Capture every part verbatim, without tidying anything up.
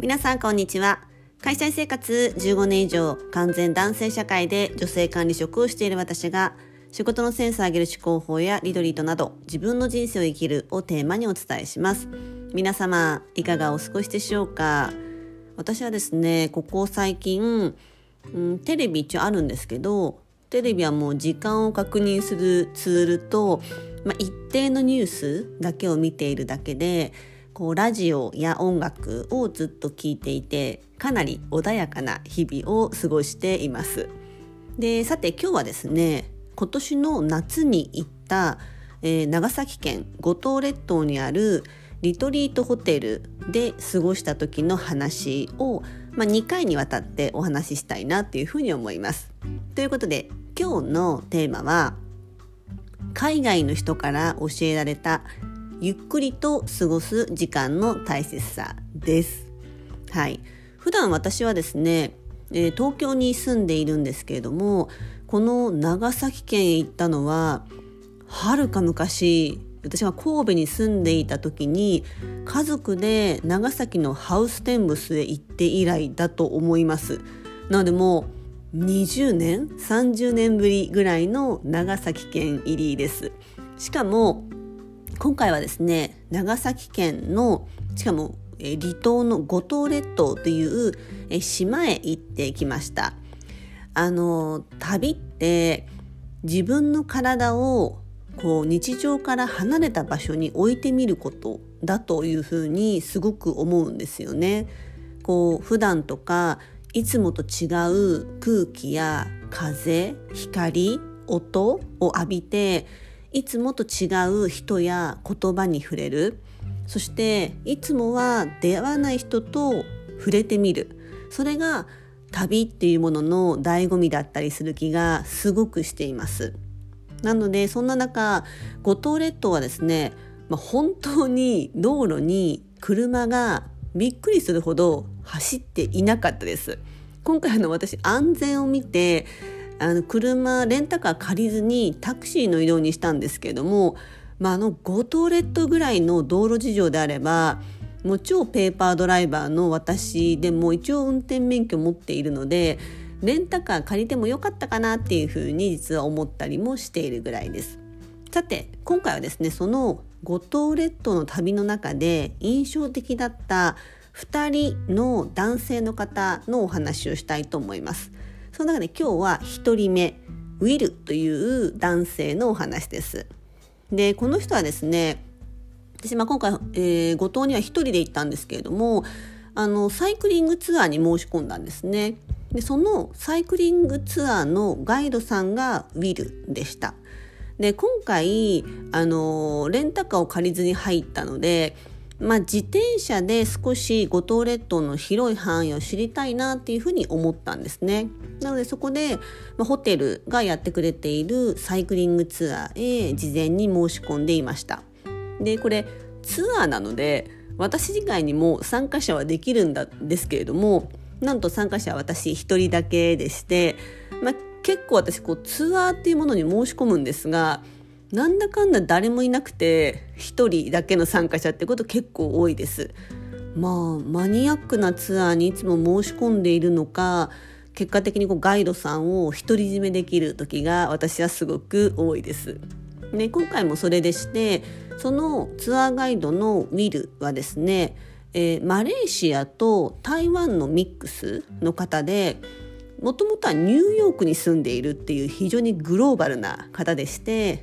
皆さんこんにちは。会社員生活じゅうごねん以上、完全男性社会で女性管理職をしている私が、仕事のセンスを上げる思考法やリトリートなど自分の人生を生きるをテーマにお伝えします。皆様いかがお過ごしでしょうか。私はですね、ここ最近、うん、テレビ一応あるんですけど、テレビはもう時間を確認するツールと、まあ、一定のニュースだけを見ているだけで、こうラジオや音楽をずっと聞いていて、かなり穏やかな日々を過ごしています。で、さて今日はですね、今年の夏に行った、えー、長崎県五島列島にあるリトリートホテルで過ごした時の話を、まあ、にかいにわたってお話ししたいなというふうに思います。ということで今日のテーマは、海外の人から教えられたゆっくりと過ごす時間の大切さです。はい、普段私はですね、えー、東京に住んでいるんですけれども、この長崎県へ行ったのははるか昔、私が神戸に住んでいた時に家族で長崎のハウステンボスへ行って以来だと思います。なのでもうにじゅうねんさんじゅうねんぶりぐらいの長崎県入りです。しかも今回はですね、長崎県のしかもえ離島の五島列島というえ島へ行ってきました。あの旅って自分の体をこう日常から離れた場所に置いてみることだというふうにすごく思うんですよね。こう普段とかいつもと違う空気や風、光、音を浴びて、いつもと違う人や言葉に触れる。そしていつもは出会わない人と触れてみる。それが旅っていうものの醍醐味だったりする気がすごくしています。なのでそんな中、五島列島はですね、まあ、本当に道路に車がびっくりするほど走っていなかったです。今回の私安全を見て、あの車レンタカー借りずにタクシーの移動にしたんですけれども、まあ、あの五島列島ぐらいの道路事情であれば、もう超ペーパードライバーの私でも一応運転免許持っているので、レンタカー借りてもよかったかなっていうふうに実は思ったりもしているぐらいです。さて今回はですね、その五島列島の旅の中で印象的だったふたりの男性の方のお話をしたいと思います。その中で今日はひとりめ、ウィルという男性のお話です。でこの人はですね、私、まあ、今回、えー、五島には一人で行ったんですけれども、あのサイクリングツアーに申し込んだんですね。でそのサイクリングツアーのガイドさんがウィルでした。で今回あのレンタカーを借りずに入ったので、まあ、自転車で少し五島列島の広い範囲を知りたいなっていうふうに思ったんですね。なのでそこで、まあ、ホテルがやってくれているサイクリングツアーへ事前に申し込んでいました。でこれツアーなので私以外にも参加者はできるんですけれども、なんと参加者は私一人だけでして、まあ、結構私こうツアーっていうものに申し込むんですが、なんだかんだ誰もいなくて一人だけの参加者ってこと結構多いです。まあマニアックなツアーにいつも申し込んでいるのか、結果的にこうガイドさんを独り占めできる時が私はすごく多いです。で今回もそれでして、そのツアーガイドのウィルはですね、えー、マレーシアと台湾のミックスの方で、もともとはニューヨークに住んでいるっていう非常にグローバルな方でして、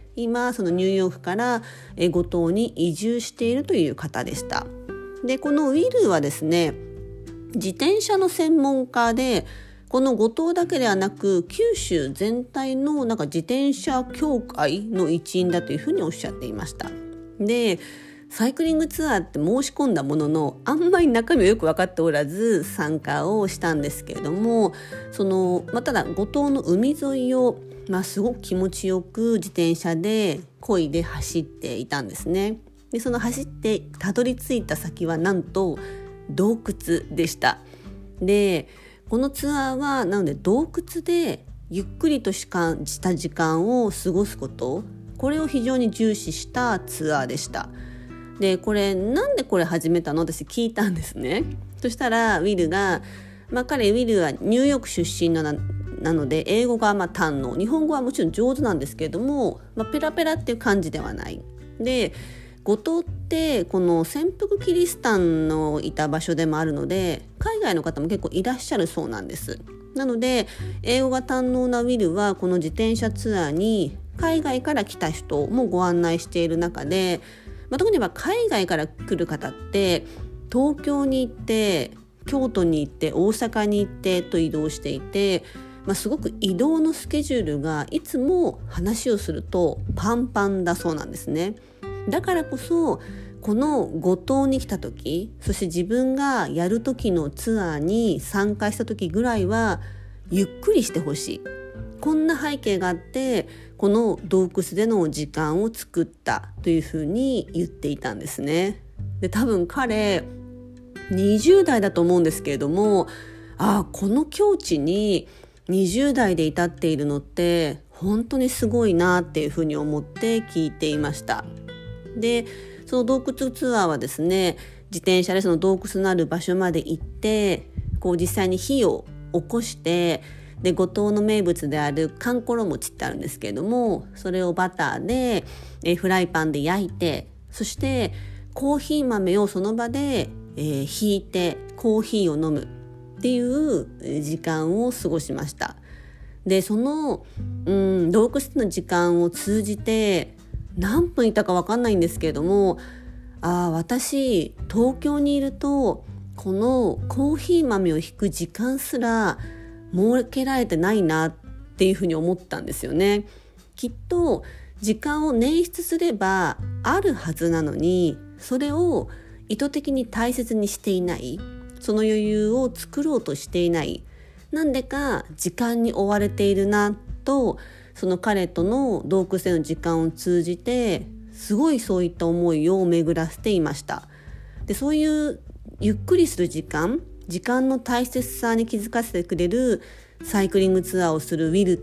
今そのニューヨークから五島に移住しているという方でした。でこのウィルはですね、自転車の専門家で、この五島だけではなく九州全体のなんか自転車協会の一員だというふうにおっしゃっていました。でサイクリングツアーって申し込んだものの、あんまり中身をよく分かっておらず参加をしたんですけれども、その、まあ、ただ五島の海沿いを、まあ、すごく気持ちよく自転車で漕いで走っていたんですね。でその走ってたどり着いた先はなんと洞窟でした。でこのツアーはなので洞窟でゆっくりとした時間を過ごすこと、これを非常に重視したツアーでした。でこれなんでこれ始めたの私聞いたんですね。 そしたらウィルが、まあ、彼ウィルはニューヨーク出身のななので英語がまあ堪能、日本語はもちろん上手なんですけれども、まあ、ペラペラっていう感じではない。で五島ってこの潜伏キリシタンのいた場所でもあるので、海外の方も結構いらっしゃるそうなんです。なので英語が堪能なウィルはこの自転車ツアーに海外から来た人もご案内している中で、まあ、特には海外から来る方って東京に行って京都に行って大阪に行ってと移動していて、まあ、すごく移動のスケジュールがいつも話をするとパンパンだそうなんですね。だからこそこの五島に来た時、そして自分がやる時のツアーに参加した時ぐらいはゆっくりしてほしい、こんな背景があってこの洞窟での時間を作ったというふうに言っていたんですね。で多分彼にじゅう代だと思うんですけれども、ああこの境地ににじゅう代で至っているのって本当にすごいなっていうふうに思って聞いていました。でその洞窟ツアーはですね、自転車でその洞窟のある場所まで行って、こう実際に火を起こして、で五島の名物であるかんころ餅ってあるんですけれども、それをバターでえフライパンで焼いて、そしてコーヒー豆をその場で、えー、ひいてコーヒーを飲むっていう時間を過ごしました。でその、うん、洞窟の時間を通じて何分いたか分かんないんですけれども、あ私東京にいるとこのコーヒー豆をひく時間すら設けられてないなっていうふうに思ったんですよね。きっと時間を捻出すればあるはずなのに、それを意図的に大切にしていない、その余裕を作ろうとしていない、なんでか時間に追われているなと、その彼との洞窟での時間を通じてすごいそういった思いを巡らせていました。でそういうゆっくりする時間、時間の大切さに気づかせてくれるサイクリングツアーをするウィルって、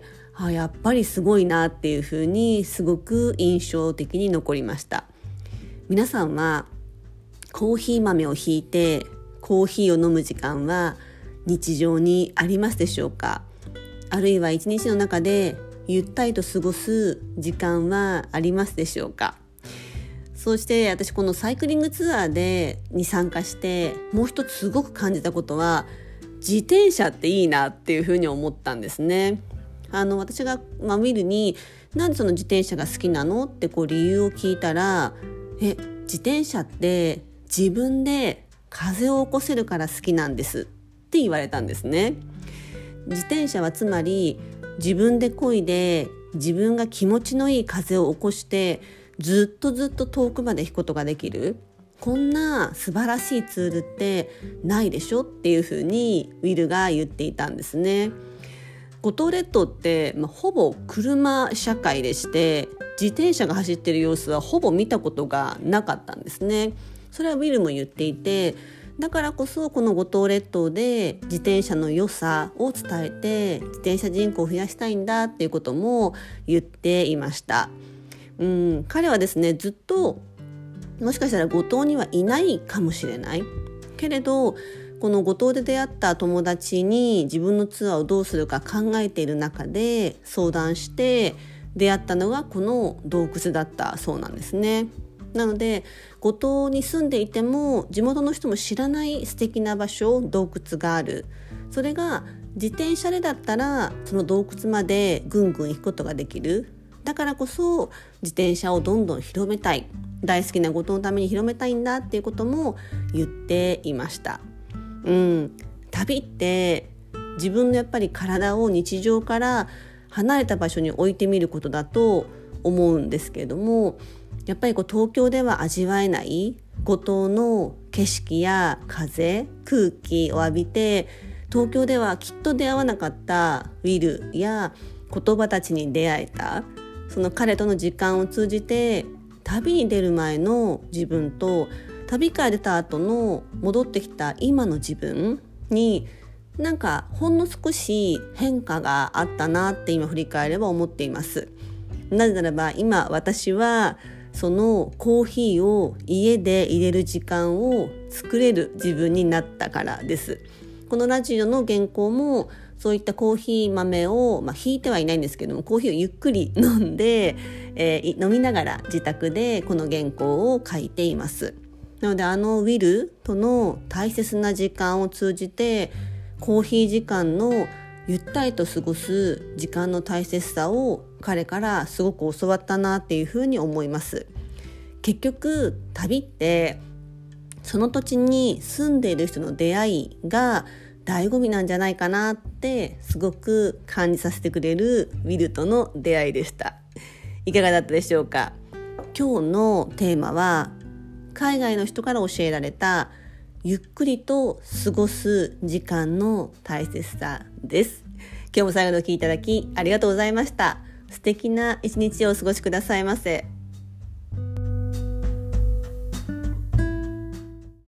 あやっぱりすごいなっていうふうにすごく印象的に残りました。皆さんはコーヒー豆をひいてコーヒーを飲む時間は日常にありますでしょうか？あるいは一日の中でゆったりと過ごす時間はありますでしょうか？そして私このサイクリングツアーでに参加してもう一つすごく感じたことは、自転車っていいなっていうふうに思ったんですね。あの私が、まあ、ウィルになんでその自転車が好きなのってこう理由を聞いたら、え自転車って自分で風を起こせるから好きなんですって言われたんですね。自転車はつまり自分で漕いで自分が気持ちのいい風を起こしてずっとずっと遠くまで引くことができる、こんな素晴らしいツールってないでしょっていうふうにウィルが言っていたんですね。五島列島って、まあ、ほぼ車社会でして、自転車が走っている様子はほぼ見たことがなかったんですね。それはウィルも言っていて、だからこそこの五島列島で自転車の良さを伝えて自転車人口を増やしたいんだっていうことも言っていました。うん、彼はですねずっともしかしたら五島にはいないかもしれないけれど、この五島で出会った友達に自分のツアーをどうするか考えている中で相談して出会ったのがこの洞窟だったそうなんですね。なので五島に住んでいても地元の人も知らない素敵な場所、洞窟がある。それが自転車でだったらその洞窟までぐんぐん行くことができる。だからこそ自転車をどんどん広めたい、大好きな五島のために広めたいんだっていうことも言っていました。うん、旅って自分のやっぱり体を日常から離れた場所に置いてみることだと思うんですけれども、やっぱりこう東京では味わえない五島の景色や風、空気を浴びて、東京ではきっと出会わなかったウィルや言葉たちに出会えた、その彼との時間を通じて旅に出る前の自分と旅から出た後の戻ってきた今の自分になんかほんの少し変化があったなって今振り返れば思っています。なぜならば今私はそのコーヒーを家で入れる時間を作れる自分になったからです。このラジオの原稿もそういったコーヒー豆を、まあ、ひいてはいないんですけども、コーヒーをゆっくり飲んで、えー、飲みながら自宅でこの原稿を書いています。なのであのウィルとの大切な時間を通じて、コーヒー時間のゆったりと過ごす時間の大切さを彼からすごく教わったなっていうふうに思います。結局旅ってその土地に住んでいる人の出会いが醍醐味なんじゃないかなってすごく感じさせてくれるウィルとの出会いでした。いかがだったでしょうか。今日のテーマは海外の人から教えられたゆっくりと過ごす時間の大切さです。今日も最後のお聞きいただきありがとうございました。素敵な一日をお過ごしくださいませ。